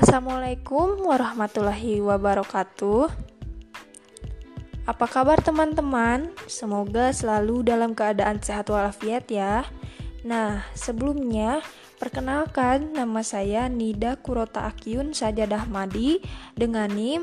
Assalamualaikum warahmatullahi wabarakatuh. Apa kabar teman-teman? Semoga selalu dalam keadaan sehat walafiat ya. Nah, sebelumnya perkenalkan, nama saya Nida Kurota Akyun Sajadah Madi dengan NIM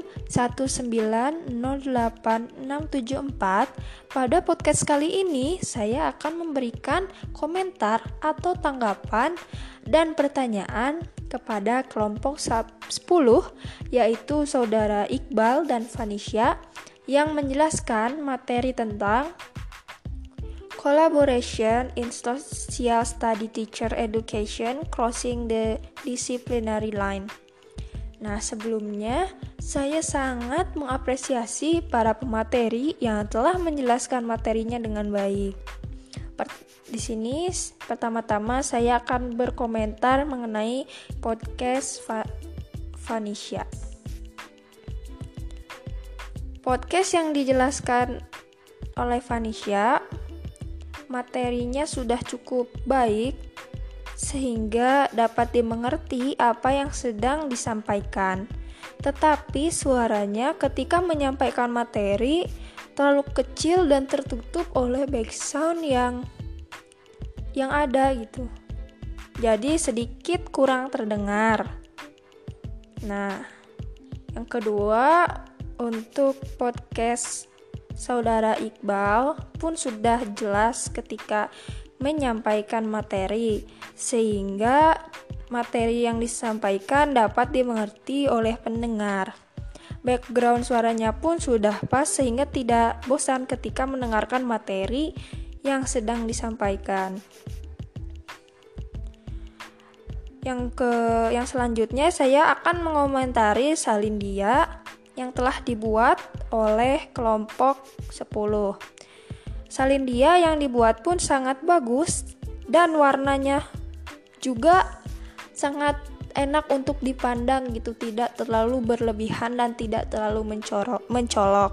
1908674. Pada podcast kali ini saya akan memberikan komentar atau tanggapan dan pertanyaan kepada kelompok 10, yaitu saudara Iqbal dan Vanisya, yang menjelaskan materi tentang Collaboration in Social Study Teacher Education Crossing the Disciplinary Line. Nah, sebelumnya saya sangat mengapresiasi para pemateri yang telah menjelaskan materinya dengan baik. Di sini pertama-tama saya akan berkomentar mengenai podcast Vanisya. Podcast yang dijelaskan oleh Vanisya, materinya sudah cukup baik sehingga dapat dimengerti apa yang sedang disampaikan. Tetapi suaranya ketika menyampaikan materi terlalu kecil dan tertutup oleh background yang ada gitu. Jadi sedikit kurang terdengar. Nah, yang kedua, untuk podcast saudara Iqbal pun sudah jelas ketika menyampaikan materi, sehingga materi yang disampaikan dapat dimengerti oleh pendengar. Background suaranya pun sudah pas sehingga tidak bosan ketika mendengarkan materi yang sedang disampaikan. Yang selanjutnya saya akan mengomentari Salindia yang telah dibuat oleh kelompok 10. Salindia yang dibuat pun sangat bagus dan warnanya juga sangat enak untuk dipandang gitu, tidak terlalu berlebihan dan tidak terlalu mencolok.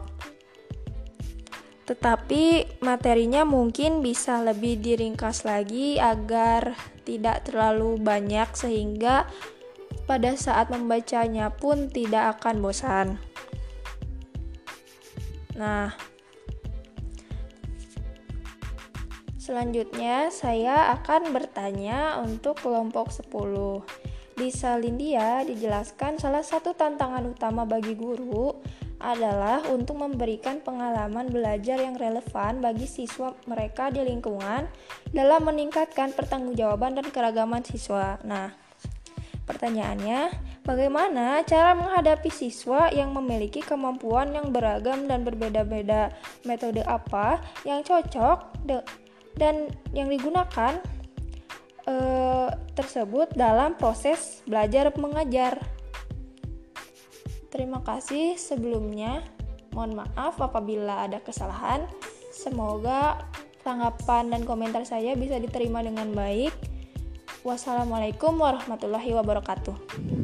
Tetapi materinya mungkin bisa lebih diringkas lagi agar tidak terlalu banyak sehingga pada saat membacanya pun tidak akan bosan. Nah, selanjutnya saya akan bertanya untuk kelompok 10. Di Salindia dijelaskan salah satu tantangan utama bagi guru adalah untuk memberikan pengalaman belajar yang relevan bagi siswa mereka di lingkungan dalam meningkatkan pertanggungjawaban dan keragaman siswa. Nah, pertanyaannya, bagaimana cara menghadapi siswa yang memiliki kemampuan yang beragam dan berbeda-beda? Metode apa yang cocok dan yang digunakan tersebut dalam proses belajar mengajar? Terima kasih sebelumnya. Mohon maaf apabila ada kesalahan. Semoga tanggapan dan komentar saya bisa diterima dengan baik. Wassalamualaikum warahmatullahi wabarakatuh.